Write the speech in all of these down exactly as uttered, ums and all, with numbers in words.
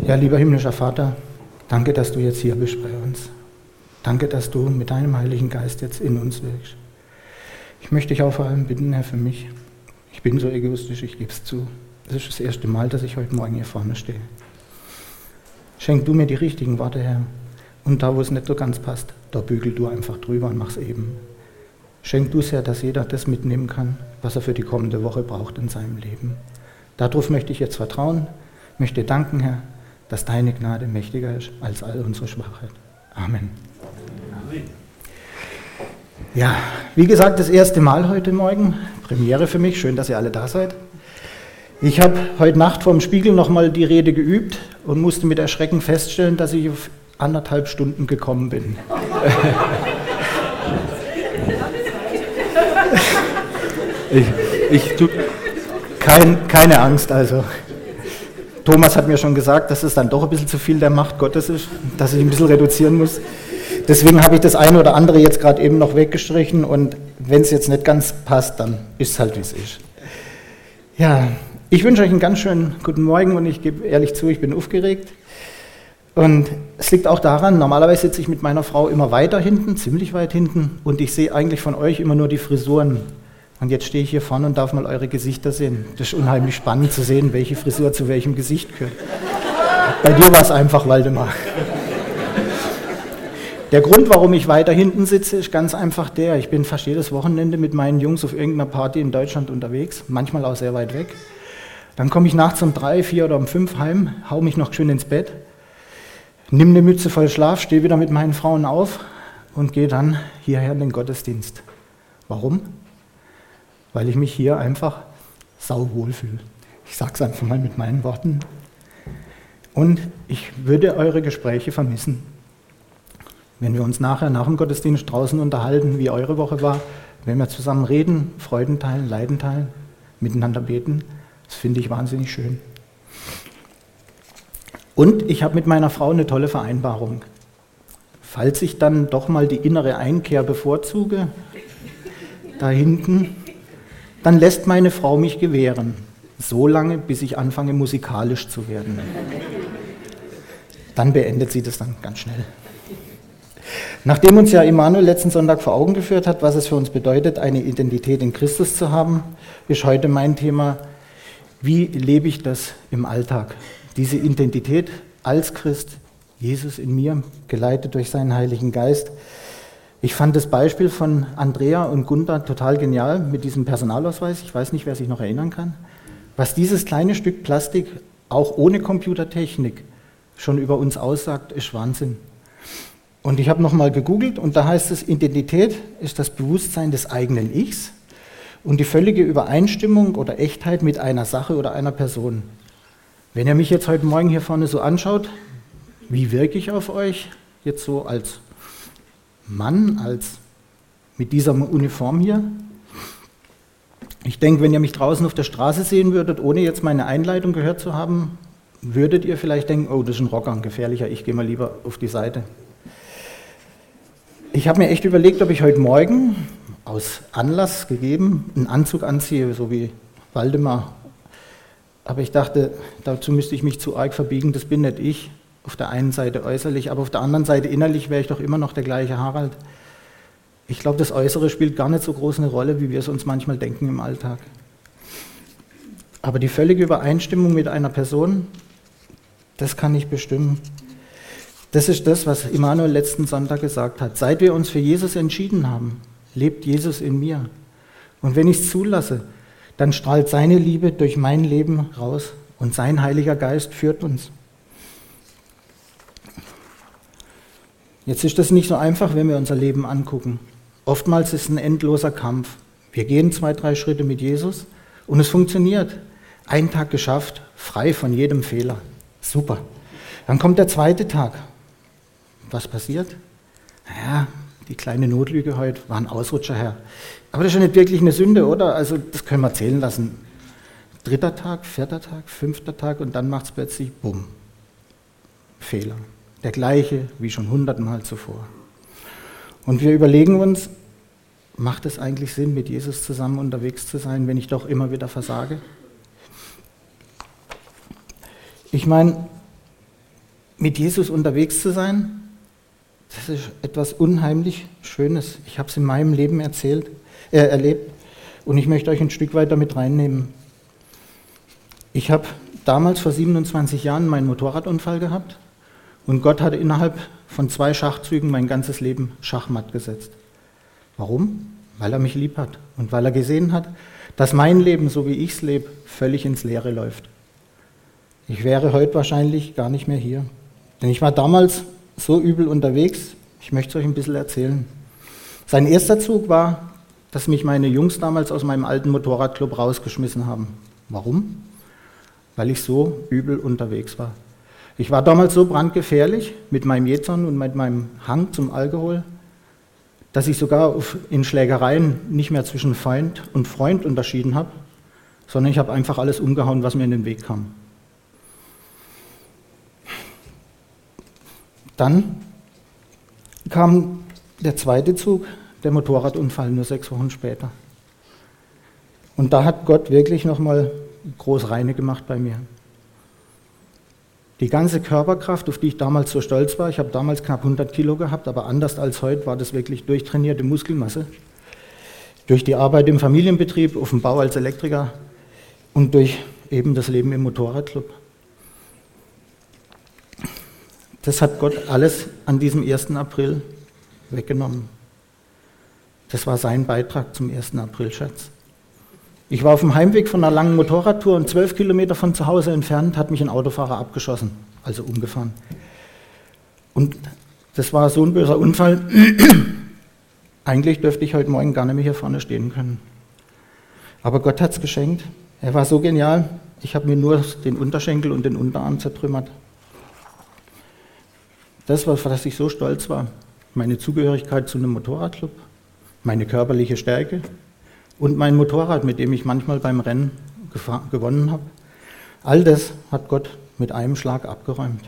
Ja, lieber himmlischer Vater, danke, dass du jetzt hier bist bei uns. Danke, dass du mit deinem Heiligen Geist jetzt in uns wirkst. Ich möchte dich auch vor allem bitten, Herr, für mich. Ich bin so egoistisch, ich gebe es zu. Es ist das erste Mal, dass ich heute Morgen hier vorne stehe. Schenk du mir die richtigen Worte, Herr. Und da, wo es nicht so ganz passt, da bügel du einfach drüber und mach's eben. Schenk du es, Herr, dass jeder das mitnehmen kann, was er für die kommende Woche braucht in seinem Leben. Darauf möchte ich jetzt vertrauen, möchte danken, Herr, dass deine Gnade mächtiger ist als all unsere Schwachheit. Amen. Amen. Ja, wie gesagt, das erste Mal heute Morgen, Premiere für mich, schön, dass ihr alle da seid. Ich habe heute Nacht vorm Spiegel nochmal die Rede geübt und musste mit Erschrecken feststellen, dass ich auf anderthalb Stunden gekommen bin. ich, ich tu, kein, keine Angst also. Thomas hat mir schon gesagt, dass es dann doch ein bisschen zu viel der Macht Gottes ist, dass ich ein bisschen reduzieren muss. Deswegen habe ich das eine oder andere jetzt gerade eben noch weggestrichen und wenn es jetzt nicht ganz passt, dann ist es halt, wie es ist. Ja, ich wünsche euch einen ganz schönen guten Morgen und ich gebe ehrlich zu, ich bin aufgeregt. Und es liegt auch daran, normalerweise sitze ich mit meiner Frau immer weiter hinten, ziemlich weit hinten und ich sehe eigentlich von euch immer nur die Frisuren. Und jetzt stehe ich hier vorne und darf mal eure Gesichter sehen. Das ist unheimlich spannend zu sehen, welche Frisur zu welchem Gesicht gehört. Bei dir war es einfach, Waldemar. Der Grund, warum ich weiter hinten sitze, ist ganz einfach der, ich bin fast jedes Wochenende mit meinen Jungs auf irgendeiner Party in Deutschland unterwegs, manchmal auch sehr weit weg. Dann komme ich nachts um drei, vier oder um fünf heim, hau mich noch schön ins Bett, nimm eine Mütze voll Schlaf, stehe wieder mit meinen Frauen auf und gehe dann hierher in den Gottesdienst. Warum? Weil ich mich hier einfach sauwohl fühle. Ich sage es einfach mal mit meinen Worten. Und ich würde eure Gespräche vermissen. Wenn wir uns nachher nach dem Gottesdienst draußen unterhalten, wie eure Woche war, wenn wir zusammen reden, Freuden teilen, Leiden teilen, miteinander beten, das finde ich wahnsinnig schön. Und ich habe mit meiner Frau eine tolle Vereinbarung. Falls ich dann doch mal die innere Einkehr bevorzuge, da hinten, dann lässt meine Frau mich gewähren, so lange, bis ich anfange musikalisch zu werden. Dann beendet sie das dann ganz schnell. Nachdem uns ja Immanuel letzten Sonntag vor Augen geführt hat, was es für uns bedeutet, eine Identität in Christus zu haben, ist heute mein Thema, wie lebe ich das im Alltag? Diese Identität als Christ, Jesus in mir, geleitet durch seinen Heiligen Geist. Ich fand das Beispiel von Andrea und Gunther total genial mit diesem Personalausweis. Ich weiß nicht, wer sich noch erinnern kann. Was dieses kleine Stück Plastik, auch ohne Computertechnik, schon über uns aussagt, ist Wahnsinn. Und ich habe nochmal gegoogelt und da heißt es, Identität ist das Bewusstsein des eigenen Ichs und die völlige Übereinstimmung oder Echtheit mit einer Sache oder einer Person. Wenn ihr mich jetzt heute Morgen hier vorne so anschaut, wie wirke ich auf euch jetzt so als Mann, als mit dieser Uniform hier? Ich denke, wenn ihr mich draußen auf der Straße sehen würdet, ohne jetzt meine Einleitung gehört zu haben, würdet ihr vielleicht denken, oh, das ist ein Rocker, ein gefährlicher, ich gehe mal lieber auf die Seite. Ich habe mir echt überlegt, ob ich heute Morgen aus Anlass gegeben einen Anzug anziehe, so wie Waldemar. Aber ich dachte, dazu müsste ich mich zu arg verbiegen, das bin nicht ich. Auf der einen Seite äußerlich, aber auf der anderen Seite innerlich wäre ich doch immer noch der gleiche Harald. Ich glaube, das Äußere spielt gar nicht so groß eine Rolle, wie wir es uns manchmal denken im Alltag. Aber die völlige Übereinstimmung mit einer Person, das kann ich bestimmen. Das ist das, was Immanuel letzten Sonntag gesagt hat. Seit wir uns für Jesus entschieden haben, lebt Jesus in mir. Und wenn ich es zulasse, dann strahlt seine Liebe durch mein Leben raus und sein Heiliger Geist führt uns. Jetzt ist das nicht so einfach, wenn wir unser Leben angucken. Oftmals ist es ein endloser Kampf. Wir gehen zwei, drei Schritte mit Jesus und es funktioniert. Ein Tag geschafft, frei von jedem Fehler. Super. Dann kommt der zweite Tag. Was passiert? Naja, die kleine Notlüge heute war ein Ausrutscher, Herr. Aber das ist ja nicht wirklich eine Sünde, oder? Also das können wir zählen lassen. Dritter Tag, vierter Tag, fünfter Tag und dann macht es plötzlich bumm. Fehler. Der gleiche wie schon hundertmal zuvor. Und wir überlegen uns, macht es eigentlich Sinn, mit Jesus zusammen unterwegs zu sein, wenn ich doch immer wieder versage? Ich meine, mit Jesus unterwegs zu sein, das ist etwas unheimlich Schönes. Ich habe es in meinem Leben erzählt, äh, erlebt und ich möchte euch ein Stück weit damit reinnehmen. Ich habe damals vor siebenundzwanzig Jahren meinen Motorradunfall gehabt und Gott hat innerhalb von zwei Schachzügen mein ganzes Leben schachmatt gesetzt. Warum? Weil er mich lieb hat und weil er gesehen hat, dass mein Leben, so wie ich es lebe, völlig ins Leere läuft. Ich wäre heute wahrscheinlich gar nicht mehr hier. Denn ich war damals so übel unterwegs, ich möchte es euch ein bisschen erzählen. Sein erster Zug war, dass mich meine Jungs damals aus meinem alten Motorradclub rausgeschmissen haben. Warum? Weil ich so übel unterwegs war. Ich war damals so brandgefährlich mit meinem Jähzorn und mit meinem Hang zum Alkohol, dass ich sogar in Schlägereien nicht mehr zwischen Feind und Freund unterschieden habe, sondern ich habe einfach alles umgehauen, was mir in den Weg kam. Dann kam der zweite Zug, der Motorradunfall, nur sechs Wochen später. Und da hat Gott wirklich nochmal groß reine gemacht bei mir. Die ganze Körperkraft, auf die ich damals so stolz war, ich habe damals knapp hundert Kilo gehabt, aber anders als heute war das wirklich durchtrainierte Muskelmasse. Durch die Arbeit im Familienbetrieb, auf dem Bau als Elektriker und durch eben das Leben im Motorradclub. Das hat Gott alles an diesem ersten April weggenommen. Das war sein Beitrag zum ersten April, Schatz. Ich war auf dem Heimweg von einer langen Motorradtour und zwölf Kilometer von zu Hause entfernt hat mich ein Autofahrer abgeschossen, also umgefahren. Und das war so ein böser Unfall. Eigentlich dürfte ich heute Morgen gar nicht mehr hier vorne stehen können. Aber Gott hat es geschenkt. Er war so genial. Ich habe mir nur den Unterschenkel und den Unterarm zertrümmert. Das, auf das ich so stolz war, meine Zugehörigkeit zu einem Motorradclub, meine körperliche Stärke und mein Motorrad, mit dem ich manchmal beim Rennen gewonnen habe, all das hat Gott mit einem Schlag abgeräumt.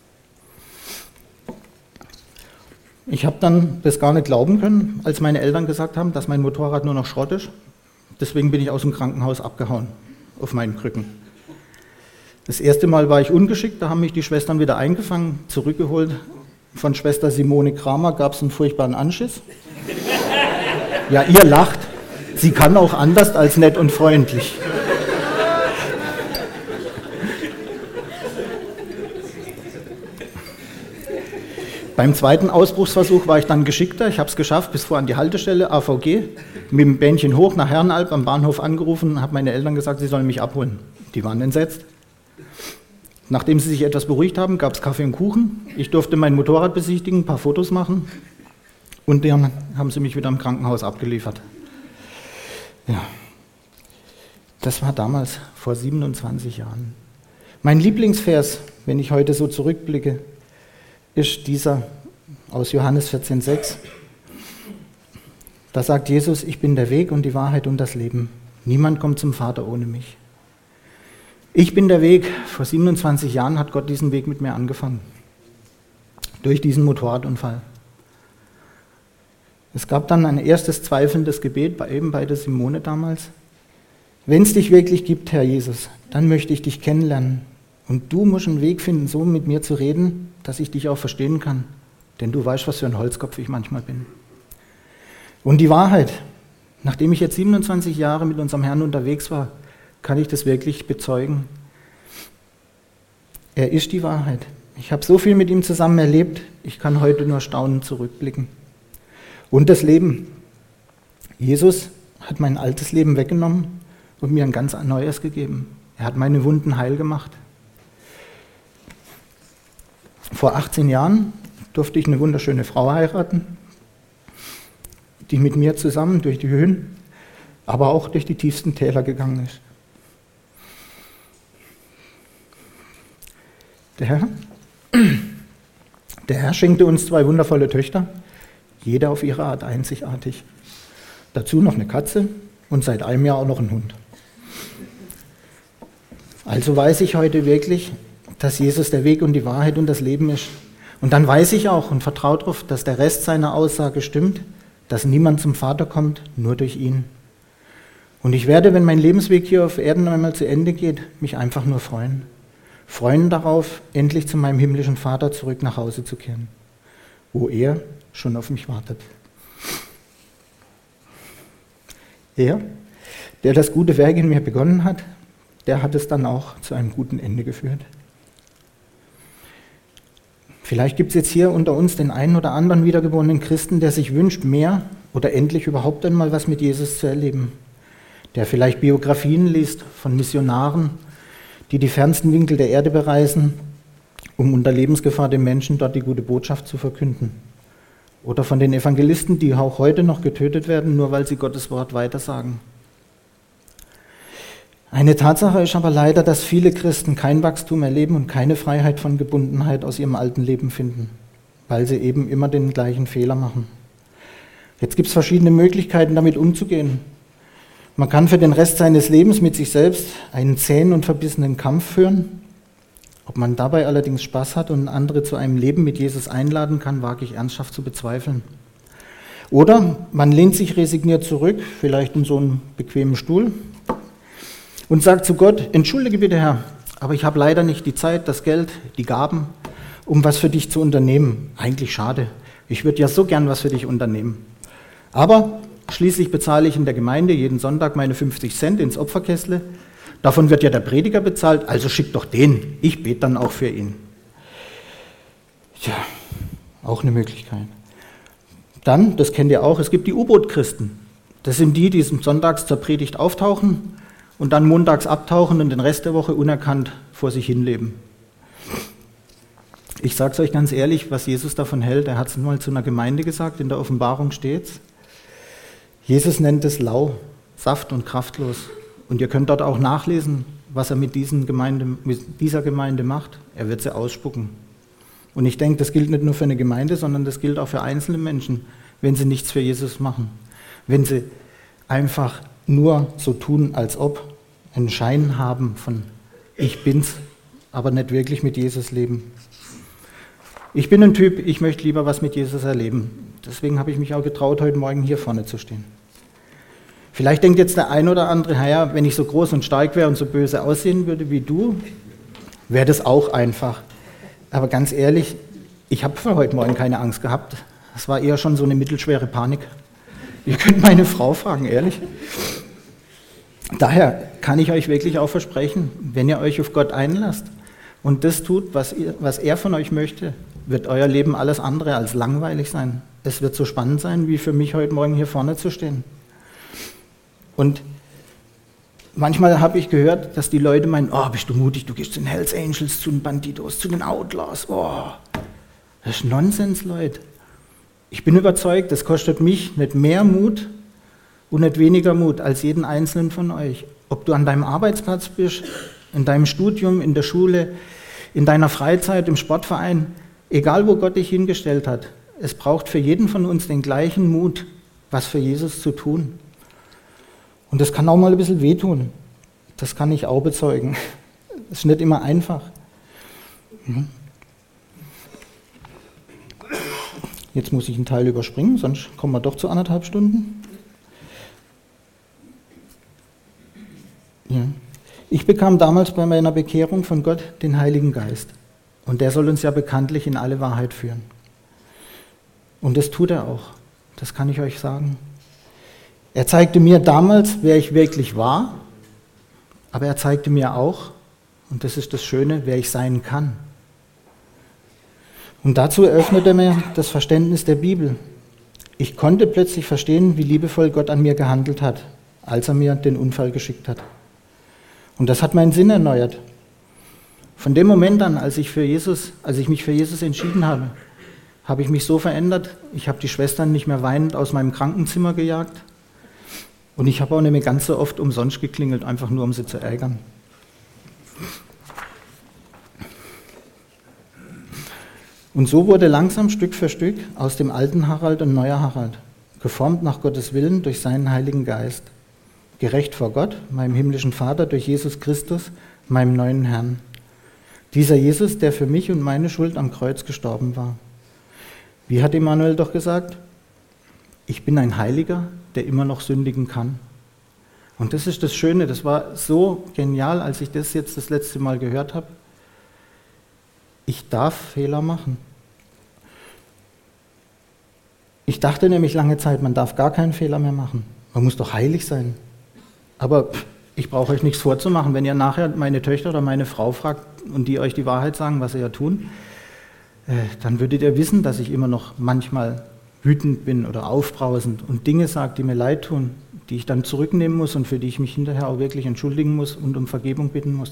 Ich habe dann das gar nicht glauben können, als meine Eltern gesagt haben, dass mein Motorrad nur noch Schrott ist. Deswegen bin ich aus dem Krankenhaus abgehauen, auf meinen Krücken. Das erste Mal war ich ungeschickt, da haben mich die Schwestern wieder eingefangen, zurückgeholt. Von Schwester Simone Kramer gab es einen furchtbaren Anschiss. Ja, ihr lacht. Sie kann auch anders als nett und freundlich. Beim zweiten Ausbruchsversuch war ich dann geschickter. Ich habe es geschafft, bis vor an die Haltestelle A V G, mit dem Bähnchen hoch nach Herrenalb am Bahnhof angerufen und habe meine Eltern gesagt, sie sollen mich abholen. Die waren entsetzt. Nachdem sie sich etwas beruhigt haben, gab es Kaffee und Kuchen. Ich durfte mein Motorrad besichtigen, ein paar Fotos machen und dann haben sie mich wieder im Krankenhaus abgeliefert. Ja, das war damals, vor siebenundzwanzig Jahren. Mein Lieblingsvers, wenn ich heute so zurückblicke, ist dieser aus Johannes vierzehn sechs. Da sagt Jesus, ich bin der Weg und die Wahrheit und das Leben. Niemand kommt zum Vater ohne mich. Ich bin der Weg. Vor siebenundzwanzig Jahren hat Gott diesen Weg mit mir angefangen. Durch diesen Motorradunfall. Es gab dann ein erstes zweifelndes Gebet, bei, eben bei der Simone damals. Wenn es dich wirklich gibt, Herr Jesus, dann möchte ich dich kennenlernen. Und du musst einen Weg finden, so mit mir zu reden, dass ich dich auch verstehen kann. Denn du weißt, was für ein Holzkopf ich manchmal bin. Und die Wahrheit, nachdem ich jetzt siebenundzwanzig Jahre mit unserem Herrn unterwegs war, kann ich das wirklich bezeugen. Er ist die Wahrheit. Ich habe so viel mit ihm zusammen erlebt, ich kann heute nur staunend zurückblicken. Und das Leben. Jesus hat mein altes Leben weggenommen und mir ein ganz neues gegeben. Er hat meine Wunden heil gemacht. Vor achtzehn Jahren durfte ich eine wunderschöne Frau heiraten, die mit mir zusammen durch die Höhen, aber auch durch die tiefsten Täler gegangen ist. Der Herr, der Herr schenkte uns zwei wundervolle Töchter, jede auf ihre Art einzigartig. Dazu noch eine Katze und seit einem Jahr auch noch ein Hund. Also weiß ich heute wirklich, dass Jesus der Weg und die Wahrheit und das Leben ist. Und dann weiß ich auch und vertraue darauf, dass der Rest seiner Aussage stimmt, dass niemand zum Vater kommt, nur durch ihn. Und ich werde, wenn mein Lebensweg hier auf Erden einmal zu Ende geht, mich einfach nur freuen. freuen darauf, endlich zu meinem himmlischen Vater zurück nach Hause zu kehren, wo er schon auf mich wartet. Er, der das gute Werk in mir begonnen hat, der hat es dann auch zu einem guten Ende geführt. Vielleicht gibt es jetzt hier unter uns den einen oder anderen wiedergeborenen Christen, der sich wünscht, mehr oder endlich überhaupt einmal was mit Jesus zu erleben. Der vielleicht Biografien liest von Missionaren, die die fernsten Winkel der Erde bereisen, um unter Lebensgefahr den Menschen dort die gute Botschaft zu verkünden. Oder von den Evangelisten, die auch heute noch getötet werden, nur weil sie Gottes Wort weitersagen. Eine Tatsache ist aber leider, dass viele Christen kein Wachstum erleben und keine Freiheit von Gebundenheit aus ihrem alten Leben finden, weil sie eben immer den gleichen Fehler machen. Jetzt gibt es verschiedene Möglichkeiten, damit umzugehen. Man kann für den Rest seines Lebens mit sich selbst einen zähen und verbissenen Kampf führen. Ob man dabei allerdings Spaß hat und andere zu einem Leben mit Jesus einladen kann, wage ich ernsthaft zu bezweifeln. Oder man lehnt sich resigniert zurück, vielleicht in so einem bequemen Stuhl, und sagt zu Gott: Entschuldige bitte, Herr, aber ich habe leider nicht die Zeit, das Geld, die Gaben, um was für dich zu unternehmen. Eigentlich schade. Ich würde ja so gern was für dich unternehmen. Aber schließlich bezahle ich in der Gemeinde jeden Sonntag meine fünfzig Cent ins Opferkessel. Davon wird ja der Prediger bezahlt, also schick doch den. Ich bete dann auch für ihn. Tja, auch eine Möglichkeit. Dann, das kennt ihr auch, es gibt die U-Boot-Christen. Das sind die, die sonntags zur Predigt auftauchen und dann montags abtauchen und den Rest der Woche unerkannt vor sich hinleben. Ich sage es euch ganz ehrlich, was Jesus davon hält. Er hat es mal zu einer Gemeinde gesagt, in der Offenbarung steht's. Jesus nennt es lau, saft- und kraftlos. Und ihr könnt dort auch nachlesen, was er mit, diesen Gemeinde, mit dieser Gemeinde macht. Er wird sie ausspucken. Und ich denke, das gilt nicht nur für eine Gemeinde, sondern das gilt auch für einzelne Menschen, wenn sie nichts für Jesus machen. Wenn sie einfach nur so tun, als ob, einen Schein haben von ich bin's, aber nicht wirklich mit Jesus leben. Ich bin ein Typ, ich möchte lieber was mit Jesus erleben. Deswegen habe ich mich auch getraut, heute Morgen hier vorne zu stehen. Vielleicht denkt jetzt der ein oder andere, naja, wenn ich so groß und stark wäre und so böse aussehen würde wie du, wäre das auch einfach. Aber ganz ehrlich, ich habe für heute Morgen keine Angst gehabt. Das war eher schon so eine mittelschwere Panik. Ihr könnt meine Frau fragen, ehrlich. Daher kann ich euch wirklich auch versprechen, wenn ihr euch auf Gott einlasst und das tut, was, ihr, was er von euch möchte, wird euer Leben alles andere als langweilig sein. Es wird so spannend sein, wie für mich heute Morgen hier vorne zu stehen. Und manchmal habe ich gehört, dass die Leute meinen, oh, bist du mutig, du gehst zu den Hells Angels, zu den Bandidos, zu den Outlaws. Oh, das ist Nonsens, Leute. Ich bin überzeugt, das kostet mich nicht mehr Mut und nicht weniger Mut als jeden Einzelnen von euch. Ob du an deinem Arbeitsplatz bist, in deinem Studium, in der Schule, in deiner Freizeit, im Sportverein, egal wo Gott dich hingestellt hat. Es braucht für jeden von uns den gleichen Mut, was für Jesus zu tun. Und das kann auch mal ein bisschen wehtun. Das kann ich auch bezeugen. Das ist nicht immer einfach. Jetzt muss ich einen Teil überspringen, sonst kommen wir doch zu anderthalb Stunden. Ja. Ich bekam damals bei meiner Bekehrung von Gott den Heiligen Geist. Und der soll uns ja bekanntlich in alle Wahrheit führen. Und das tut er auch. Das kann ich euch sagen. Er zeigte mir damals, wer ich wirklich war, aber er zeigte mir auch, und das ist das Schöne, wer ich sein kann. Und dazu eröffnete er mir das Verständnis der Bibel. Ich konnte plötzlich verstehen, wie liebevoll Gott an mir gehandelt hat, als er mir den Unfall geschickt hat. Und das hat meinen Sinn erneuert. Von dem Moment an, als ich, für Jesus, als ich mich für Jesus entschieden habe, habe ich mich so verändert, ich habe die Schwestern nicht mehr weinend aus meinem Krankenzimmer gejagt und ich habe auch nicht mehr ganz so oft umsonst geklingelt, einfach nur um sie zu ärgern. Und so wurde langsam Stück für Stück aus dem alten Harald ein neuer Harald, geformt nach Gottes Willen durch seinen Heiligen Geist, gerecht vor Gott, meinem himmlischen Vater, durch Jesus Christus, meinem neuen Herrn. Dieser Jesus, der für mich und meine Schuld am Kreuz gestorben war. Wie hat Immanuel doch gesagt? Ich bin ein Heiliger, der immer noch sündigen kann. Und das ist das Schöne, das war so genial, als ich das jetzt das letzte Mal gehört habe. Ich darf Fehler machen. Ich dachte nämlich lange Zeit, man darf gar keinen Fehler mehr machen. Man muss doch heilig sein. Aber ich brauche euch nichts vorzumachen. Wenn ihr nachher meine Töchter oder meine Frau fragt und die euch die Wahrheit sagen, was sie ja tun, äh, dann würdet ihr wissen, dass ich immer noch manchmal wütend bin oder aufbrausend und Dinge sage, die mir leid tun, die ich dann zurücknehmen muss und für die ich mich hinterher auch wirklich entschuldigen muss und um Vergebung bitten muss.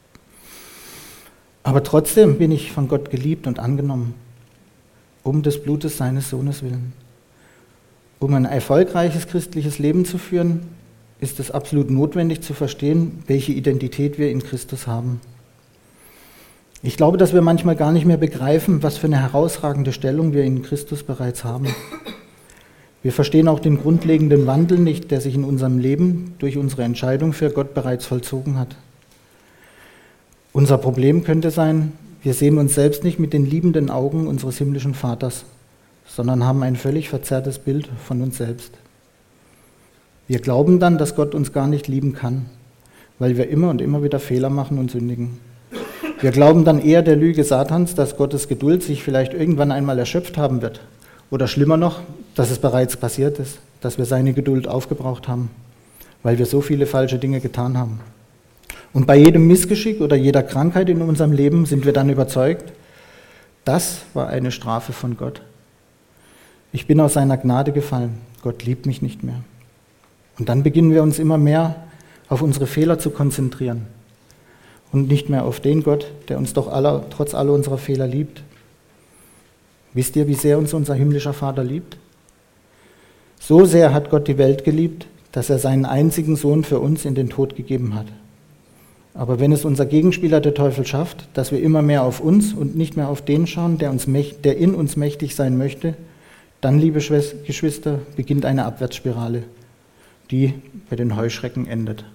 Aber trotzdem bin ich von Gott geliebt und angenommen, um des Blutes seines Sohnes willen. Um ein erfolgreiches christliches Leben zu führen, ist es absolut notwendig zu verstehen, welche Identität wir in Christus haben. Ich glaube, dass wir manchmal gar nicht mehr begreifen, was für eine herausragende Stellung wir in Christus bereits haben. Wir verstehen auch den grundlegenden Wandel nicht, der sich in unserem Leben durch unsere Entscheidung für Gott bereits vollzogen hat. Unser Problem könnte sein, wir sehen uns selbst nicht mit den liebenden Augen unseres himmlischen Vaters, sondern haben ein völlig verzerrtes Bild von uns selbst. Wir glauben dann, dass Gott uns gar nicht lieben kann, weil wir immer und immer wieder Fehler machen und sündigen. Wir glauben dann eher der Lüge Satans, dass Gottes Geduld sich vielleicht irgendwann einmal erschöpft haben wird. Oder schlimmer noch, dass es bereits passiert ist, dass wir seine Geduld aufgebraucht haben, weil wir so viele falsche Dinge getan haben. Und bei jedem Missgeschick oder jeder Krankheit in unserem Leben sind wir dann überzeugt, das war eine Strafe von Gott. Ich bin aus seiner Gnade gefallen, Gott liebt mich nicht mehr. Und dann beginnen wir uns immer mehr auf unsere Fehler zu konzentrieren und nicht mehr auf den Gott, der uns doch aller, trotz aller unserer Fehler liebt. Wisst ihr, wie sehr uns unser himmlischer Vater liebt? So sehr hat Gott die Welt geliebt, dass er seinen einzigen Sohn für uns in den Tod gegeben hat. Aber wenn es unser Gegenspieler, der Teufel, schafft, dass wir immer mehr auf uns und nicht mehr auf den schauen, der, uns, der in uns mächtig sein möchte, dann, liebe Geschwister, beginnt eine Abwärtsspirale, die bei den Heuschrecken endet.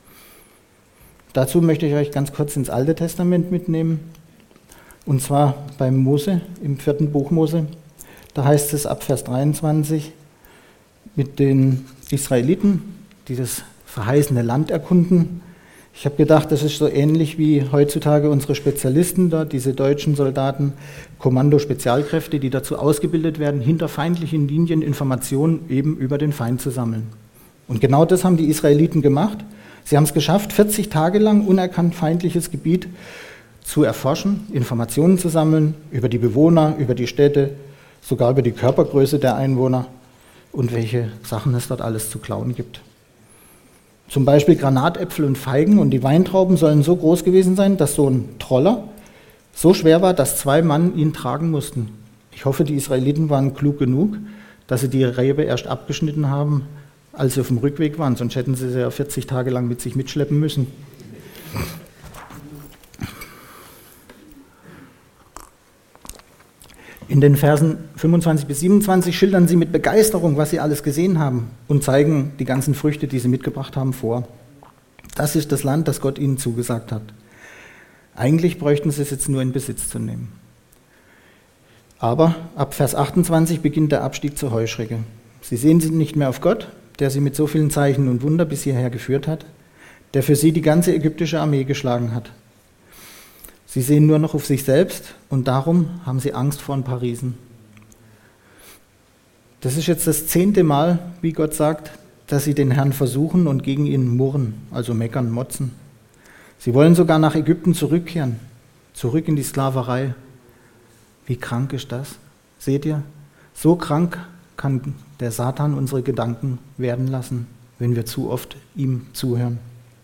Dazu möchte ich euch ganz kurz ins Alte Testament mitnehmen, und zwar beim Mose, im vierten Buch Mose. Da heißt es ab Vers dreiundzwanzig, mit den Israeliten, die das verheißene Land erkunden. Ich habe gedacht, das ist so ähnlich wie heutzutage unsere Spezialisten da, diese deutschen Soldaten, Kommando-Spezialkräfte, die dazu ausgebildet werden, hinter feindlichen Linien Informationen eben über den Feind zu sammeln. Und genau das haben die Israeliten gemacht. Sie haben es geschafft, vierzig Tage lang unerkannt feindliches Gebiet zu erforschen, Informationen zu sammeln über die Bewohner, über die Städte, sogar über die Körpergröße der Einwohner und welche Sachen es dort alles zu klauen gibt. Zum Beispiel Granatäpfel und Feigen und die Weintrauben sollen so groß gewesen sein, dass so ein Troller so schwer war, dass zwei Mann ihn tragen mussten. Ich hoffe, die Israeliten waren klug genug, dass sie die Rebe erst abgeschnitten haben, als sie auf dem Rückweg waren, sonst hätten sie sie ja vierzig Tage lang mit sich mitschleppen müssen. In den Versen fünfundzwanzig bis siebenundzwanzig schildern sie mit Begeisterung, was sie alles gesehen haben und zeigen die ganzen Früchte, die sie mitgebracht haben, vor. Das ist das Land, das Gott ihnen zugesagt hat. Eigentlich bräuchten sie es jetzt nur in Besitz zu nehmen. Aber ab Vers achtundzwanzig beginnt der Abstieg zur Heuschrecke. Sie sehen nicht mehr auf Gott, der sie mit so vielen Zeichen und Wunder bis hierher geführt hat, der für sie die ganze ägyptische Armee geschlagen hat. Sie sehen nur noch auf sich selbst und darum haben sie Angst vor ein paar Riesen. Das ist jetzt das zehnte Mal, wie Gott sagt, dass sie den Herrn versuchen und gegen ihn murren, also meckern, motzen. Sie wollen sogar nach Ägypten zurückkehren, zurück in die Sklaverei. Wie krank ist das? Seht ihr? So krank kann der Satan unsere Gedanken werden lassen, wenn wir zu oft ihm zuhören.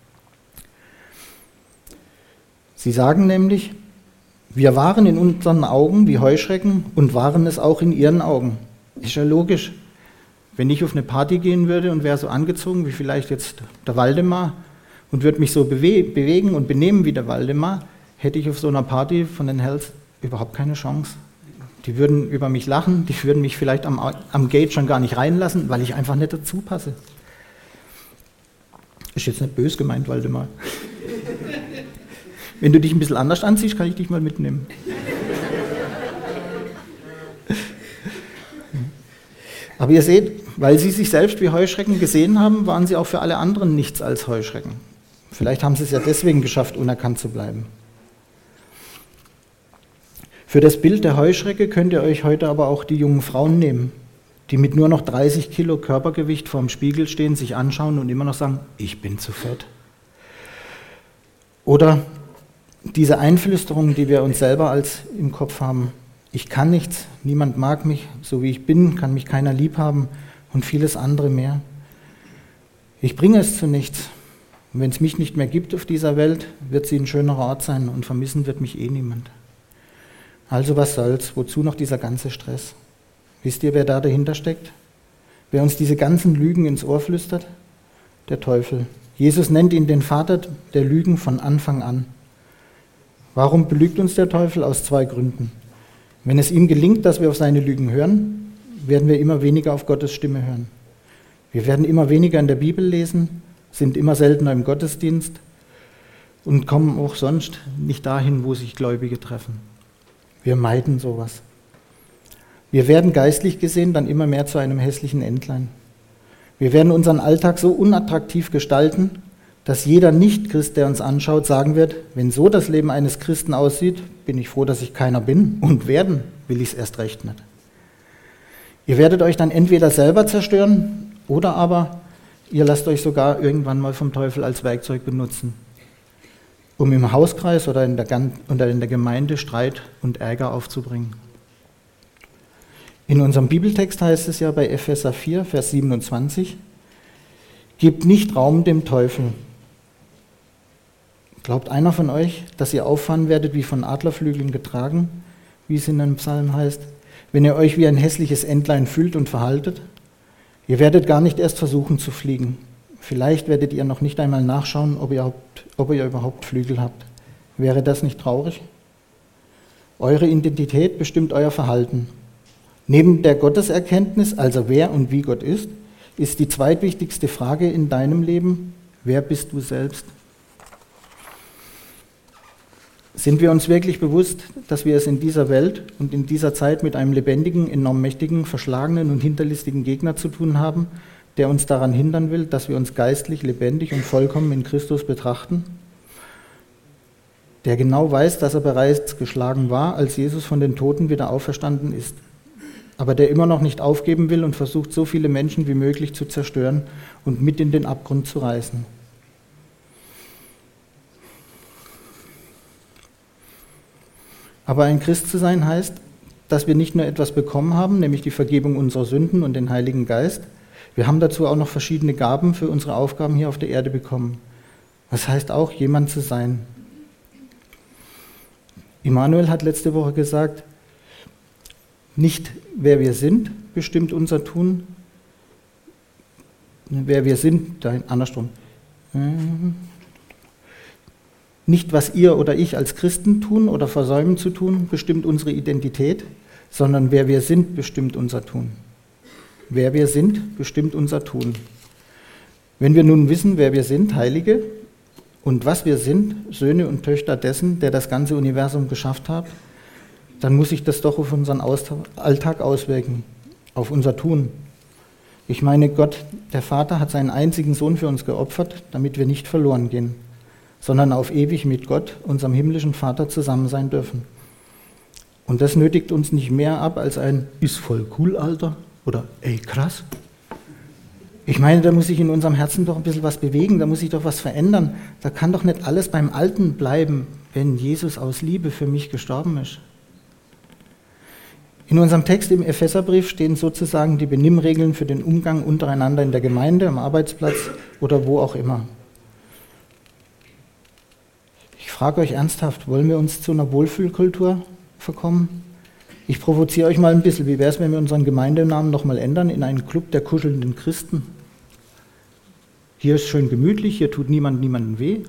Sie sagen nämlich, wir waren in unseren Augen wie Heuschrecken und waren es auch in ihren Augen. Ist ja logisch. Wenn ich auf eine Party gehen würde und wäre so angezogen wie vielleicht jetzt der Waldemar und würde mich so bewe- bewegen und benehmen wie der Waldemar, hätte ich auf so einer Party von den Hells überhaupt keine Chance. Die würden über mich lachen, die würden mich vielleicht am, am Gate schon gar nicht reinlassen, weil ich einfach nicht dazu passe. Ist jetzt nicht böse gemeint, Waldemar. Wenn du dich ein bisschen anders anziehst, kann ich dich mal mitnehmen. Aber ihr seht, weil sie sich selbst wie Heuschrecken gesehen haben, waren sie auch für alle anderen nichts als Heuschrecken. Vielleicht haben sie es ja deswegen geschafft, unerkannt zu bleiben. Für das Bild der Heuschrecke könnt ihr euch heute aber auch die jungen Frauen nehmen, die mit nur noch dreißig Kilo Körpergewicht vorm Spiegel stehen, sich anschauen und immer noch sagen, ich bin zu fett. Oder diese Einflüsterung, die wir uns selber als im Kopf haben, ich kann nichts, niemand mag mich, so wie ich bin, kann mich keiner lieb haben und vieles andere mehr. Ich bringe es zu nichts. Und wenn es mich nicht mehr gibt auf dieser Welt, wird sie ein schönerer Ort sein und vermissen wird mich eh niemand. Also was soll's, wozu noch dieser ganze Stress? Wisst ihr, wer da dahinter steckt? Wer uns diese ganzen Lügen ins Ohr flüstert? Der Teufel. Jesus nennt ihn den Vater der Lügen von Anfang an. Warum belügt uns der Teufel? Aus zwei Gründen. Wenn es ihm gelingt, dass wir auf seine Lügen hören, werden wir immer weniger auf Gottes Stimme hören. Wir werden immer weniger in der Bibel lesen, sind immer seltener im Gottesdienst und kommen auch sonst nicht dahin, wo sich Gläubige treffen. Wir meiden sowas. Wir werden geistlich gesehen dann immer mehr zu einem hässlichen Entlein. Wir werden unseren Alltag so unattraktiv gestalten, dass jeder Nicht-Christ, der uns anschaut, sagen wird, wenn so das Leben eines Christen aussieht, bin ich froh, dass ich keiner bin und werden will ich es erst recht nicht. Ihr werdet euch dann entweder selber zerstören oder aber ihr lasst euch sogar irgendwann mal vom Teufel als Werkzeug benutzen, um im Hauskreis oder in der, oder in der Gemeinde Streit und Ärger aufzubringen. In unserem Bibeltext heißt es ja bei Epheser vier, Vers siebenundzwanzig, gebt nicht Raum dem Teufel. Glaubt einer von euch, dass ihr auffahren werdet wie von Adlerflügeln getragen, wie es in einem Psalm heißt, wenn ihr euch wie ein hässliches Entlein fühlt und verhaltet? Ihr werdet gar nicht erst versuchen zu fliegen. Vielleicht werdet ihr noch nicht einmal nachschauen, ob ihr, ob ihr überhaupt Flügel habt. Wäre das nicht traurig? Eure Identität bestimmt euer Verhalten. Neben der Gotteserkenntnis, also wer und wie Gott ist, ist die zweitwichtigste Frage in deinem Leben, wer bist du selbst? Sind wir uns wirklich bewusst, dass wir es in dieser Welt und in dieser Zeit mit einem lebendigen, enorm mächtigen, verschlagenen und hinterlistigen Gegner zu tun haben, der uns daran hindern will, dass wir uns geistlich, lebendig und vollkommen in Christus betrachten? Der genau weiß, dass er bereits geschlagen war, als Jesus von den Toten wieder auferstanden ist, aber der immer noch nicht aufgeben will und versucht, so viele Menschen wie möglich zu zerstören und mit in den Abgrund zu reißen. Aber ein Christ zu sein heißt, dass wir nicht nur etwas bekommen haben, nämlich die Vergebung unserer Sünden und den Heiligen Geist, wir haben dazu auch noch verschiedene Gaben für unsere Aufgaben hier auf der Erde bekommen. Das heißt auch, jemand zu sein. Immanuel hat letzte Woche gesagt, nicht wer wir sind, bestimmt unser Tun. Wer wir sind, nein, andersrum. Nicht, was ihr oder ich als Christen tun oder versäumen zu tun, bestimmt unsere Identität, sondern wer wir sind, bestimmt unser Tun. Wer wir sind, bestimmt unser Tun. Wenn wir nun wissen, wer wir sind, Heilige, und was wir sind, Söhne und Töchter dessen, der das ganze Universum geschafft hat, dann muss sich das doch auf unseren Alltag auswirken, auf unser Tun. Ich meine, Gott, der Vater, hat seinen einzigen Sohn für uns geopfert, damit wir nicht verloren gehen, sondern auf ewig mit Gott, unserem himmlischen Vater, zusammen sein dürfen. Und das nötigt uns nicht mehr ab als ein ist voll cool, Alter, oder ey, krass. Ich meine, da muss sich in unserem Herzen doch ein bisschen was bewegen, da muss sich doch was verändern. Da kann doch nicht alles beim Alten bleiben, wenn Jesus aus Liebe für mich gestorben ist. In unserem Text im Epheserbrief stehen sozusagen die Benimmregeln für den Umgang untereinander in der Gemeinde, am Arbeitsplatz oder wo auch immer. Ich frage euch ernsthaft, wollen wir uns zu einer Wohlfühlkultur verkommen? Ich provoziere euch mal ein bisschen. Wie wäre es, wenn wir unseren Gemeindenamen noch mal ändern in einen Club der kuschelnden Christen? Hier ist schön gemütlich, hier tut niemand niemandem weh.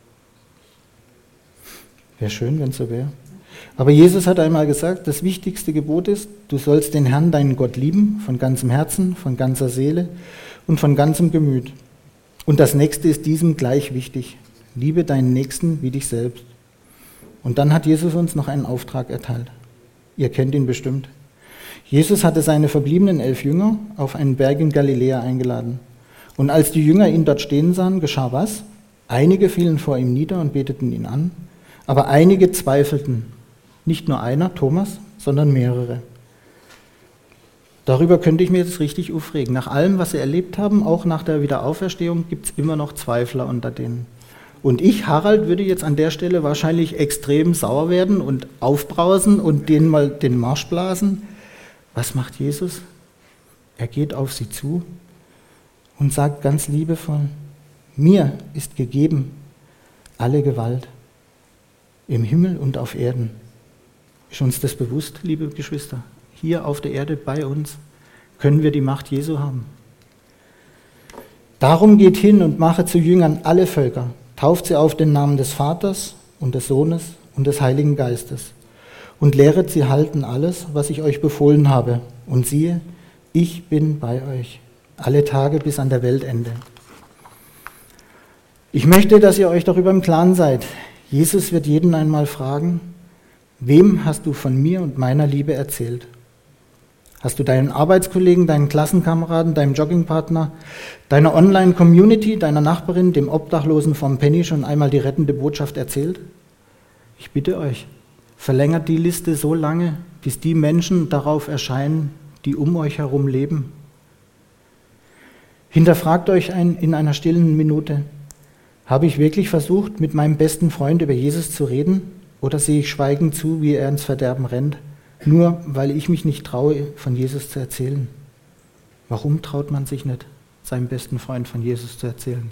Wäre schön, wenn es so wäre. Aber Jesus hat einmal gesagt, das wichtigste Gebot ist, du sollst den Herrn, deinen Gott, lieben, von ganzem Herzen, von ganzer Seele und von ganzem Gemüt. Und das nächste ist diesem gleich wichtig. Liebe deinen Nächsten wie dich selbst. Und dann hat Jesus uns noch einen Auftrag erteilt. Ihr kennt ihn bestimmt. Jesus hatte seine verbliebenen elf Jünger auf einen Berg in Galiläa eingeladen. Und als die Jünger ihn dort stehen sahen, geschah was? Einige fielen vor ihm nieder und beteten ihn an, aber einige zweifelten. Nicht nur einer, Thomas, sondern mehrere. Darüber könnte ich mir jetzt richtig aufregen. Nach allem, was sie erlebt haben, auch nach der Wiederauferstehung, gibt es immer noch Zweifler unter denen. Und ich, Harald, würde jetzt an der Stelle wahrscheinlich extrem sauer werden und aufbrausen und denen mal den Marsch blasen. Was macht Jesus? Er geht auf sie zu und sagt ganz liebevoll, mir ist gegeben alle Gewalt im Himmel und auf Erden. Ist uns das bewusst, liebe Geschwister? Hier auf der Erde bei uns können wir die Macht Jesu haben. Darum geht hin und mache zu Jüngern alle Völker, tauft sie auf den Namen des Vaters und des Sohnes und des Heiligen Geistes und lehret sie halten alles, was ich euch befohlen habe. Und siehe, ich bin bei euch alle Tage bis an der Weltende. Ich möchte, dass ihr euch darüber im Klaren seid. Jesus wird jeden einmal fragen, wem hast du von mir und meiner Liebe erzählt? Hast du deinen Arbeitskollegen, deinen Klassenkameraden, deinem Joggingpartner, deiner Online-Community, deiner Nachbarin, dem Obdachlosen vom Penny schon einmal die rettende Botschaft erzählt? Ich bitte euch, verlängert die Liste so lange, bis die Menschen darauf erscheinen, die um euch herum leben. Hinterfragt euch ein, in einer stillen Minute, habe ich wirklich versucht, mit meinem besten Freund über Jesus zu reden, oder sehe ich schweigend zu, wie er ins Verderben rennt? Nur weil ich mich nicht traue, von Jesus zu erzählen. Warum traut man sich nicht, seinem besten Freund von Jesus zu erzählen?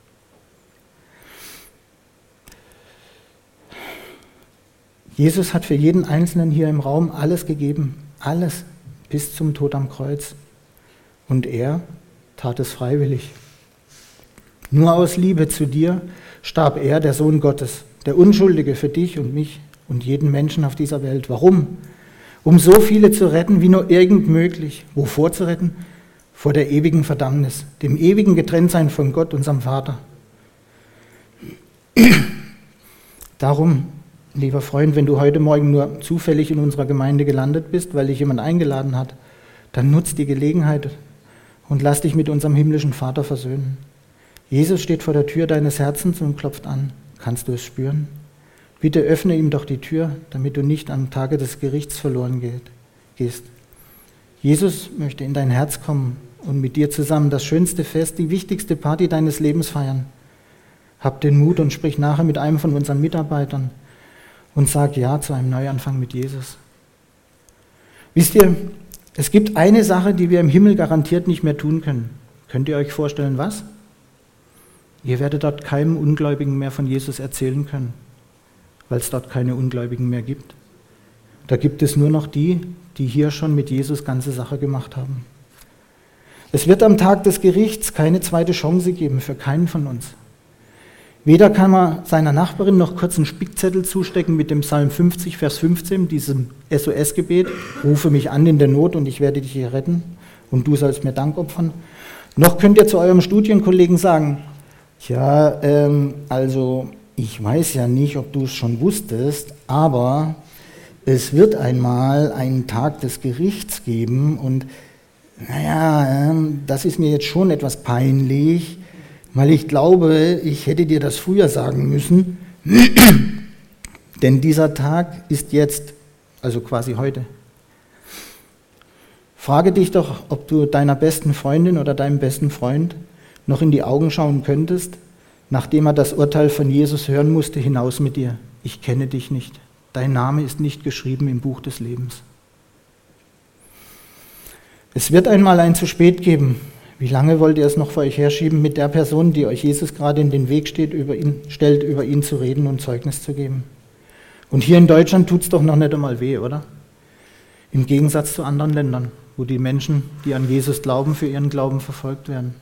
Jesus hat für jeden Einzelnen hier im Raum alles gegeben, alles bis zum Tod am Kreuz. Und er tat es freiwillig. Nur aus Liebe zu dir starb er, der Sohn Gottes, der Unschuldige für dich und mich und jeden Menschen auf dieser Welt. Warum? Um so viele zu retten, wie nur irgend möglich. Wovor zu retten? Vor der ewigen Verdammnis, dem ewigen Getrenntsein von Gott, unserem Vater. Darum, lieber Freund, wenn du heute Morgen nur zufällig in unserer Gemeinde gelandet bist, weil dich jemand eingeladen hat, dann nutz die Gelegenheit und lass dich mit unserem himmlischen Vater versöhnen. Jesus steht vor der Tür deines Herzens und klopft an. Kannst du es spüren? Bitte öffne ihm doch die Tür, damit du nicht am Tage des Gerichts verloren gehst. Jesus möchte in dein Herz kommen und mit dir zusammen das schönste Fest, die wichtigste Party deines Lebens feiern. Hab den Mut und sprich nachher mit einem von unseren Mitarbeitern und sag Ja zu einem Neuanfang mit Jesus. Wisst ihr, es gibt eine Sache, die wir im Himmel garantiert nicht mehr tun können. Könnt ihr euch vorstellen, was? Ihr werdet dort keinem Ungläubigen mehr von Jesus erzählen können, weil es dort keine Ungläubigen mehr gibt. Da gibt es nur noch die, die hier schon mit Jesus ganze Sache gemacht haben. Es wird am Tag des Gerichts keine zweite Chance geben für keinen von uns. Weder kann man seiner Nachbarin noch kurz einen Spickzettel zustecken mit dem Psalm fünfzig, Vers fünfzehn, diesem S O S-Gebet, rufe mich an in der Not und ich werde dich hier retten und du sollst mir Dank opfern. Noch könnt ihr zu eurem Studienkollegen sagen, ja, ähm, also ich weiß ja nicht, ob du es schon wusstest, aber es wird einmal einen Tag des Gerichts geben und naja, ähm, das ist mir jetzt schon etwas peinlich, weil ich glaube, ich hätte dir das früher sagen müssen, denn dieser Tag ist jetzt, also quasi heute. Frage dich doch, ob du deiner besten Freundin oder deinem besten Freund noch in die Augen schauen könntest, nachdem er das Urteil von Jesus hören musste, hinaus mit dir. Ich kenne dich nicht. Dein Name ist nicht geschrieben im Buch des Lebens. Es wird einmal ein zu spät geben. Wie lange wollt ihr es noch vor euch herschieben, mit der Person, die euch Jesus gerade in den Weg steht, über ihn, stellt, über ihn zu reden und Zeugnis zu geben? Und hier in Deutschland tut es doch noch nicht einmal weh, oder? Im Gegensatz zu anderen Ländern, wo die Menschen, die an Jesus glauben, für ihren Glauben verfolgt werden.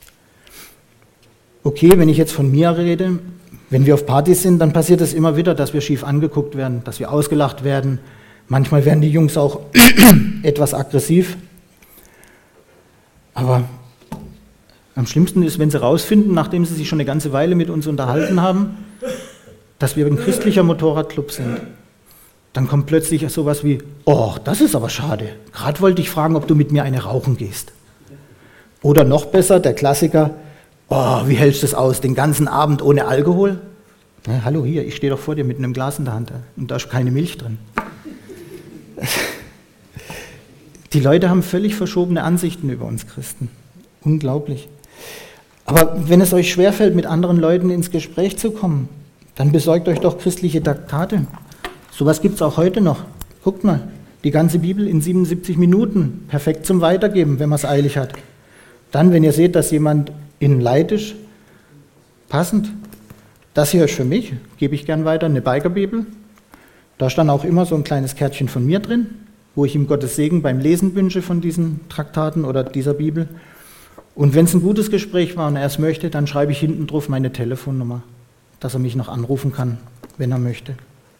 Okay, wenn ich jetzt von mir rede, wenn wir auf Partys sind, dann passiert es immer wieder, dass wir schief angeguckt werden, dass wir ausgelacht werden. Manchmal werden die Jungs auch etwas aggressiv. Aber am schlimmsten ist, wenn sie rausfinden, nachdem sie sich schon eine ganze Weile mit uns unterhalten haben, dass wir ein christlicher Motorradclub sind. Dann kommt plötzlich sowas wie, oh, das ist aber schade. Gerade wollte ich fragen, ob du mit mir eine rauchen gehst. Oder noch besser, der Klassiker, oh, wie hältst du es aus, den ganzen Abend ohne Alkohol? Na, hallo, hier, ich stehe doch vor dir mit einem Glas in der Hand und da ist keine Milch drin. Die Leute haben völlig verschobene Ansichten über uns Christen. Unglaublich. Aber wenn es euch schwerfällt, mit anderen Leuten ins Gespräch zu kommen, dann besorgt euch doch christliche Traktate. Sowas gibt es auch heute noch. Guckt mal, die ganze Bibel in siebenundsiebzig Minuten, perfekt zum Weitergeben, wenn man es eilig hat. Dann, wenn ihr seht, dass jemand in Leid ist, passend. Das hier ist für mich, gebe ich gern weiter, eine Bikerbibel. Da stand auch immer so ein kleines Kärtchen von mir drin, wo ich ihm Gottes Segen beim Lesen wünsche von diesen Traktaten oder dieser Bibel. Und wenn es ein gutes Gespräch war und er es möchte, dann schreibe ich hinten drauf meine Telefonnummer, dass er mich noch anrufen kann, wenn er möchte.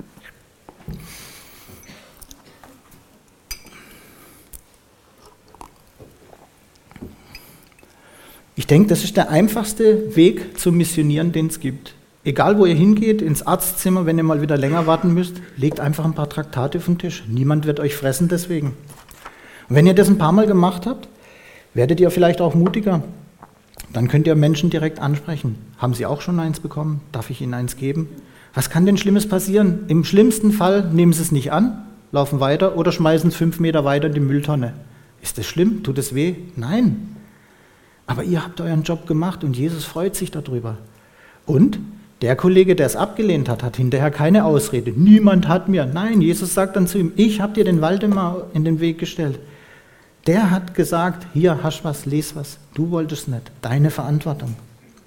Ich denke, das ist der einfachste Weg zum Missionieren, den es gibt. Egal, wo ihr hingeht, ins Arztzimmer, wenn ihr mal wieder länger warten müsst, legt einfach ein paar Traktate auf den Tisch. Niemand wird euch fressen deswegen. Und wenn ihr das ein paar Mal gemacht habt, werdet ihr vielleicht auch mutiger. Dann könnt ihr Menschen direkt ansprechen. Haben Sie auch schon eins bekommen? Darf ich Ihnen eins geben? Was kann denn Schlimmes passieren? Im schlimmsten Fall nehmen Sie es nicht an, laufen weiter oder schmeißen es fünf Meter weiter in die Mülltonne. Ist das schlimm? Tut es weh? Nein. Aber ihr habt euren Job gemacht und Jesus freut sich darüber. Und der Kollege, der es abgelehnt hat, hat hinterher keine Ausrede. Niemand hat mir. Nein, Jesus sagt dann zu ihm, ich habe dir den Waldemar in den Weg gestellt. Der hat gesagt, hier, hast was, les was. Du wolltest nicht. Deine Verantwortung.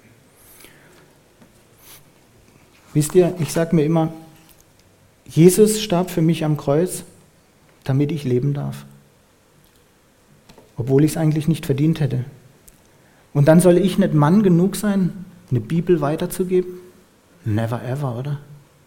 Wisst ihr, ich sage mir immer, Jesus starb für mich am Kreuz, damit ich leben darf. Obwohl ich es eigentlich nicht verdient hätte. Und dann soll ich nicht Mann genug sein, eine Bibel weiterzugeben? Never ever, oder?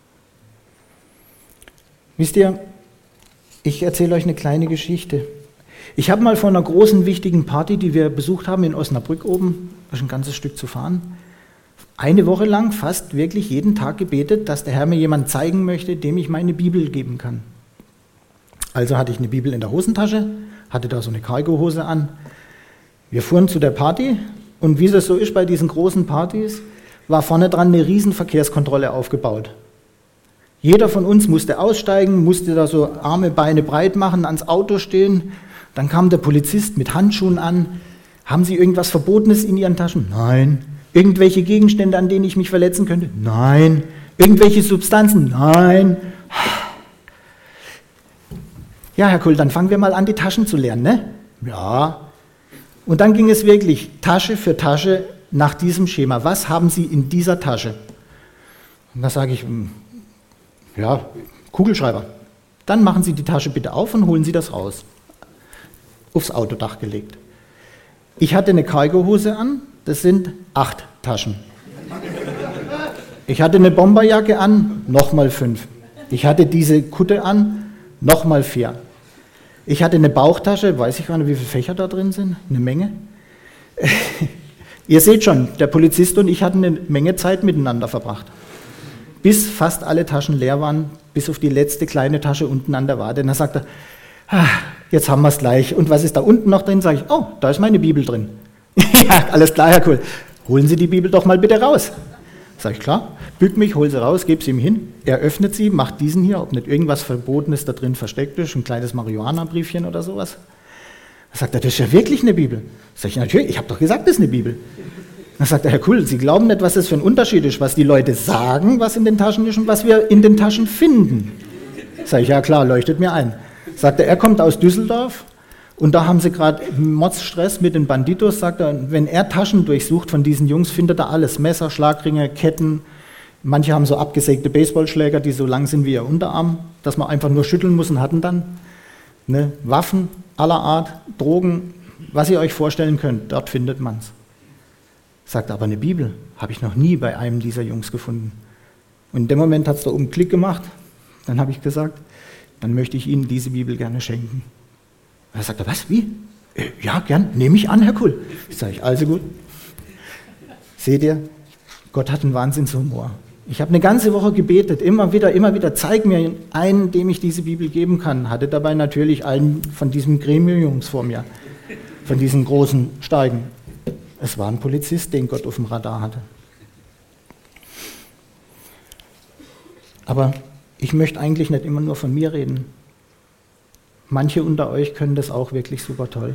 Wisst ihr, ich erzähle euch eine kleine Geschichte. Ich habe mal vor einer großen, wichtigen Party, die wir besucht haben in Osnabrück oben, das ist ein ganzes Stück zu fahren, eine Woche lang fast wirklich jeden Tag gebetet, dass der Herr mir jemand zeigen möchte, dem ich meine Bibel geben kann. Also hatte ich eine Bibel in der Hosentasche, hatte da so eine Cargo-Hose an. Wir fuhren zu der Party und wie es so ist bei diesen großen Partys, war vorne dran eine riesen Verkehrskontrolle aufgebaut. Jeder von uns musste aussteigen, musste da so Arme, Beine breit machen, ans Auto stehen. Dann kam der Polizist mit Handschuhen an. Haben Sie irgendwas Verbotenes in Ihren Taschen? Nein. Irgendwelche Gegenstände, an denen ich mich verletzen könnte? Nein. Irgendwelche Substanzen? Nein. Ja, Herr Kuhl, dann fangen wir mal an, die Taschen zu leeren, ne? Ja. Und dann ging es wirklich Tasche für Tasche nach diesem Schema. Was haben Sie in dieser Tasche? Und da sage ich, ja, Kugelschreiber. Dann machen Sie die Tasche bitte auf und holen Sie das raus. Aufs Autodach gelegt. Ich hatte eine Cargo-Hose an, das sind acht Taschen. Ich hatte eine Bomberjacke an, nochmal fünf. Ich hatte diese Kutte an, nochmal vier. Ich hatte eine Bauchtasche, weiß ich gar nicht, wie viele Fächer da drin sind, eine Menge. Ihr seht schon, der Polizist und ich hatten eine Menge Zeit miteinander verbracht. Bis fast alle Taschen leer waren, bis auf die letzte kleine Tasche unten an der Wade. Und dann sagt er, ah, jetzt haben wir es gleich. Und was ist da unten noch drin? Sage ich, oh, da ist meine Bibel drin. Ja, alles klar, Herr Kohl. Holen Sie die Bibel doch mal bitte raus. Sag ich, klar, bück mich, hol sie raus, gebe sie ihm hin. Er öffnet sie, macht diesen hier, ob nicht irgendwas Verbotenes da drin versteckt ist, ein kleines Marihuana-Briefchen oder sowas. Da sagt er, das ist ja wirklich eine Bibel. Sag ich, natürlich, ich habe doch gesagt, das ist eine Bibel. Dann sagt er, Herr Kuhl, Sie glauben nicht, was das für ein Unterschied ist, was die Leute sagen, was in den Taschen ist und was wir in den Taschen finden. Sag ich, ja klar, leuchtet mir ein. Sagt er, er kommt aus Düsseldorf und da haben sie gerade Mordsstress mit den Banditos, sagt er, wenn er Taschen durchsucht von diesen Jungs, findet er alles, Messer, Schlagringe, Ketten, manche haben so abgesägte Baseballschläger, die so lang sind wie ihr Unterarm, dass man einfach nur schütteln muss und hatten dann, ne, Waffen aller Art, Drogen, was ihr euch vorstellen könnt, dort findet man es. Sagt aber, eine Bibel habe ich noch nie bei einem dieser Jungs gefunden. Und in dem Moment hat es da oben Klick gemacht, dann habe ich gesagt, dann möchte ich Ihnen diese Bibel gerne schenken. Er sagt, was, wie? Ja, gern, nehme ich an, Herr Kuhl. Ich sage, also gut. Seht ihr, Gott hat einen Wahnsinnshumor. Ich habe eine ganze Woche gebetet, immer wieder, immer wieder, zeig mir einen, dem ich diese Bibel geben kann. Hatte dabei natürlich einen von diesen Gremium-Jungs vor mir, von diesen großen Steigen. Es war ein Polizist, den Gott auf dem Radar hatte. Aber ich möchte eigentlich nicht immer nur von mir reden. Manche unter euch können das auch wirklich super toll.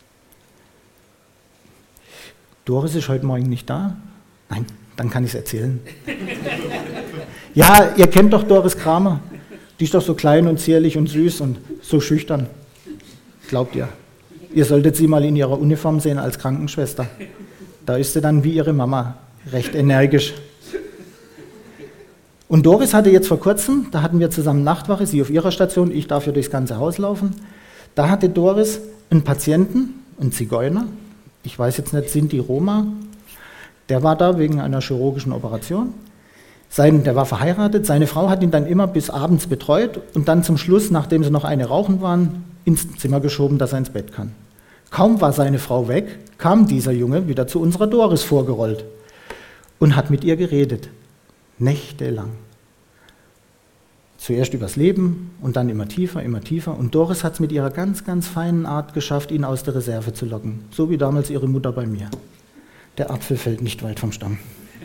Doris ist heute Morgen nicht da? Nein, dann kann ich es erzählen. Ja, ihr kennt doch Doris Kramer. Die ist doch so klein und zierlich und süß und so schüchtern. Glaubt ihr? Ihr solltet sie mal in ihrer Uniform sehen als Krankenschwester. Da ist sie dann wie ihre Mama, recht energisch. Und Doris hatte jetzt vor kurzem, da hatten wir zusammen Nachtwache, sie auf ihrer Station, ich darf ja durchs ganze Haus laufen. Da hatte Doris einen Patienten, einen Zigeuner, ich weiß jetzt nicht, Sinti Roma, der war da wegen einer chirurgischen Operation. Sein, der war verheiratet, seine Frau hat ihn dann immer bis abends betreut und dann zum Schluss, nachdem sie noch eine rauchen waren, ins Zimmer geschoben, dass er ins Bett kann. Kaum war seine Frau weg, kam dieser Junge wieder zu unserer Doris vorgerollt und hat mit ihr geredet, nächtelang. Zuerst übers Leben und dann immer tiefer, immer tiefer. Und Doris hat es mit ihrer ganz, ganz feinen Art geschafft, ihn aus der Reserve zu locken. So wie damals ihre Mutter bei mir. Der Apfel fällt nicht weit vom Stamm.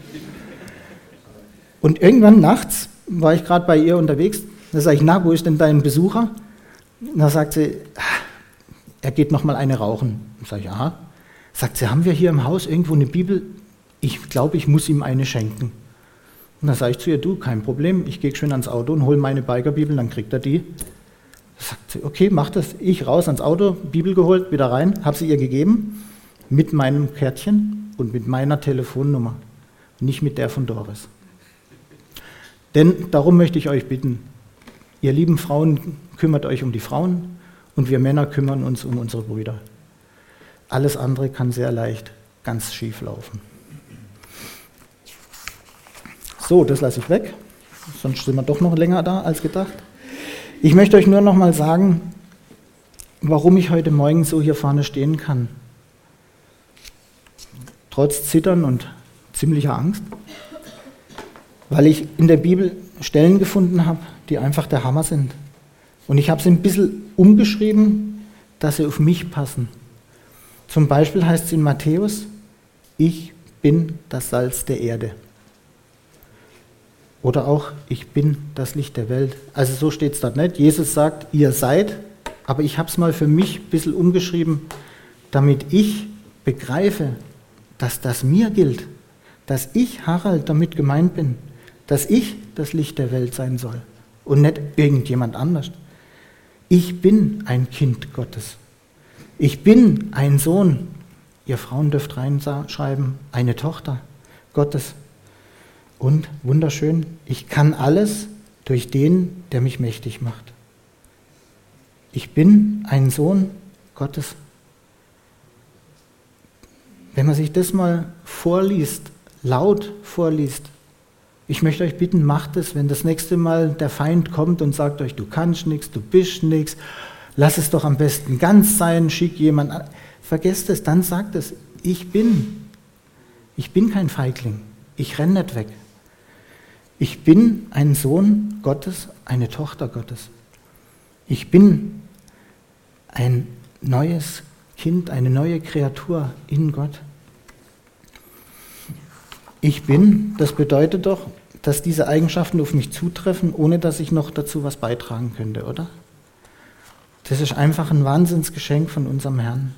Und irgendwann nachts war ich gerade bei ihr unterwegs. Da sage ich, na, wo ist denn dein Besucher? Und da sagt sie, er geht noch mal eine rauchen. Da sage ich, aha. Sagt sie, haben wir hier im Haus irgendwo eine Bibel? Ich glaube, ich muss ihm eine schenken. Und dann sage ich zu ihr, du, kein Problem, ich gehe schön ans Auto und hole meine Bikerbibel, dann kriegt er die. Da sagt sie, okay, mach das. Ich raus ans Auto, Bibel geholt, wieder rein, habe sie ihr gegeben, mit meinem Kärtchen und mit meiner Telefonnummer, nicht mit der von Doris. Denn darum möchte ich euch bitten, ihr lieben Frauen, kümmert euch um die Frauen und wir Männer kümmern uns um unsere Brüder. Alles andere kann sehr leicht ganz schief laufen. So, das lasse ich weg, sonst sind wir doch noch länger da als gedacht. Ich möchte euch nur noch mal sagen, warum ich heute Morgen so hier vorne stehen kann. Trotz Zittern und ziemlicher Angst. Weil ich in der Bibel Stellen gefunden habe, die einfach der Hammer sind. Und ich habe sie ein bisschen umgeschrieben, dass sie auf mich passen. Zum Beispiel heißt es in Matthäus, ich bin das Salz der Erde. Oder auch, ich bin das Licht der Welt. Also so steht es dort nicht. Jesus sagt, ihr seid, aber ich habe es mal für mich ein bisschen umgeschrieben, damit ich begreife, dass das mir gilt, dass ich, Harald, damit gemeint bin, dass ich das Licht der Welt sein soll und nicht irgendjemand anders. Ich bin ein Kind Gottes. Ich bin ein Sohn, ihr Frauen dürft reinschreiben, eine Tochter Gottes. Und wunderschön, ich kann alles durch den, der mich mächtig macht. Ich bin ein Sohn Gottes. Wenn man sich das mal vorliest, laut vorliest, ich möchte euch bitten, macht es, wenn das nächste Mal der Feind kommt und sagt euch, du kannst nichts, du bist nichts, lass es doch am besten ganz sein, schick jemand an. Vergesst es, dann sagt es, ich bin. Ich bin kein Feigling, ich renne nicht weg. Ich bin ein Sohn Gottes, eine Tochter Gottes. Ich bin ein neues Kind, eine neue Kreatur in Gott. Ich bin, das bedeutet doch, dass diese Eigenschaften auf mich zutreffen, ohne dass ich noch dazu was beitragen könnte, oder? Das ist einfach ein Wahnsinnsgeschenk von unserem Herrn.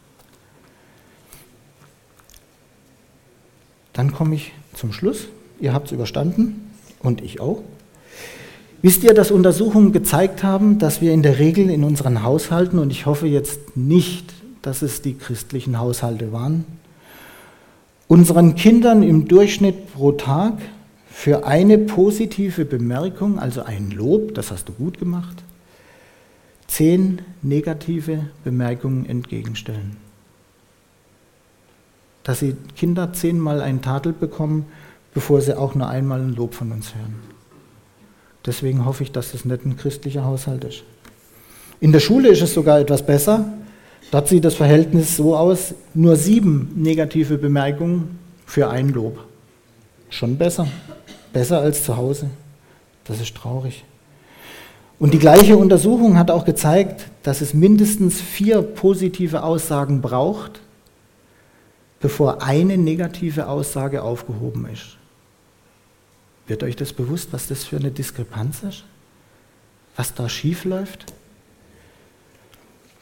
Dann komme ich zum Schluss. Ihr habt es überstanden. Und ich auch. Wisst ihr, dass Untersuchungen gezeigt haben, dass wir in der Regel in unseren Haushalten, und ich hoffe jetzt nicht, dass es die christlichen Haushalte waren, unseren Kindern im Durchschnitt pro Tag für eine positive Bemerkung, also ein Lob, das hast du gut gemacht, zehn negative Bemerkungen entgegenstellen. Dass sie Kinder zehnmal einen Tadel bekommen, bevor sie auch nur einmal ein Lob von uns hören. Deswegen hoffe ich, dass das nicht ein christlicher Haushalt ist. In der Schule ist es sogar etwas besser. Dort sieht das Verhältnis so aus, nur sieben negative Bemerkungen für ein Lob. Schon besser. Besser als zu Hause. Das ist traurig. Und die gleiche Untersuchung hat auch gezeigt, dass es mindestens vier positive Aussagen braucht, bevor eine negative Aussage aufgehoben ist. Wird euch das bewusst, was das für eine Diskrepanz ist? Was da schief läuft?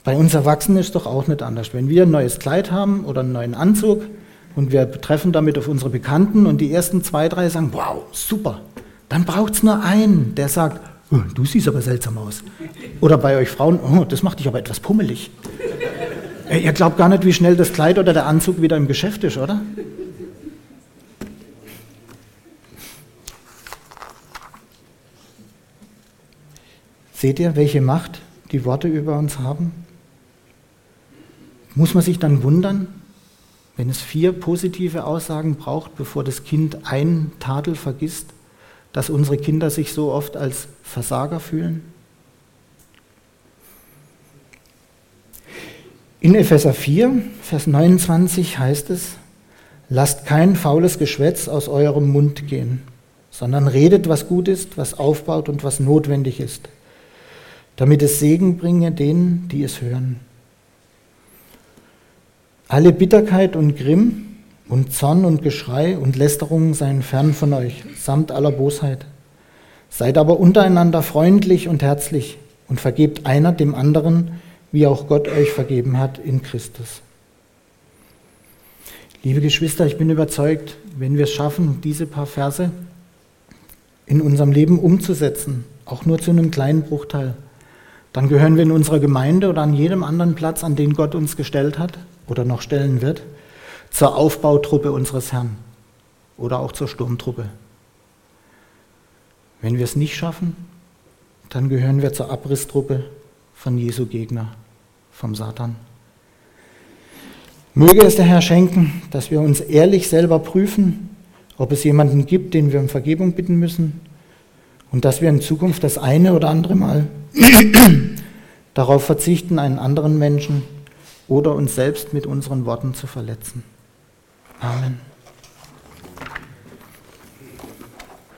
Bei uns Erwachsenen ist es doch auch nicht anders. Wenn wir ein neues Kleid haben oder einen neuen Anzug und wir treffen damit auf unsere Bekannten und die ersten zwei, drei sagen, wow, super, dann braucht es nur einen, der sagt, oh, du siehst aber seltsam aus. Oder bei euch Frauen, oh, das macht dich aber etwas pummelig. Ihr glaubt gar nicht, wie schnell das Kleid oder der Anzug wieder im Geschäft ist, oder? Seht ihr, welche Macht die Worte über uns haben? Muss man sich dann wundern, wenn es vier positive Aussagen braucht, bevor das Kind ein Tadel vergisst, dass unsere Kinder sich so oft als Versager fühlen? In Epheser vier, Vers neunundzwanzig heißt es, lasst kein faules Geschwätz aus eurem Mund gehen, sondern redet, was gut ist, was aufbaut und was notwendig ist, damit es Segen bringe denen, die es hören. Alle Bitterkeit und Grimm und Zorn und Geschrei und Lästerungen seien fern von euch, samt aller Bosheit. Seid aber untereinander freundlich und herzlich und vergebt einer dem anderen, wie auch Gott euch vergeben hat in Christus. Liebe Geschwister, ich bin überzeugt, wenn wir es schaffen, diese paar Verse in unserem Leben umzusetzen, auch nur zu einem kleinen Bruchteil, dann gehören wir in unserer Gemeinde oder an jedem anderen Platz, an den Gott uns gestellt hat oder noch stellen wird, zur Aufbautruppe unseres Herrn oder auch zur Sturmtruppe. Wenn wir es nicht schaffen, dann gehören wir zur Abrisstruppe von Jesu Gegner, vom Satan. Möge es der Herr schenken, dass wir uns ehrlich selber prüfen, ob es jemanden gibt, den wir um Vergebung bitten müssen, und dass wir in Zukunft das eine oder andere Mal darauf verzichten, einen anderen Menschen oder uns selbst mit unseren Worten zu verletzen. Amen.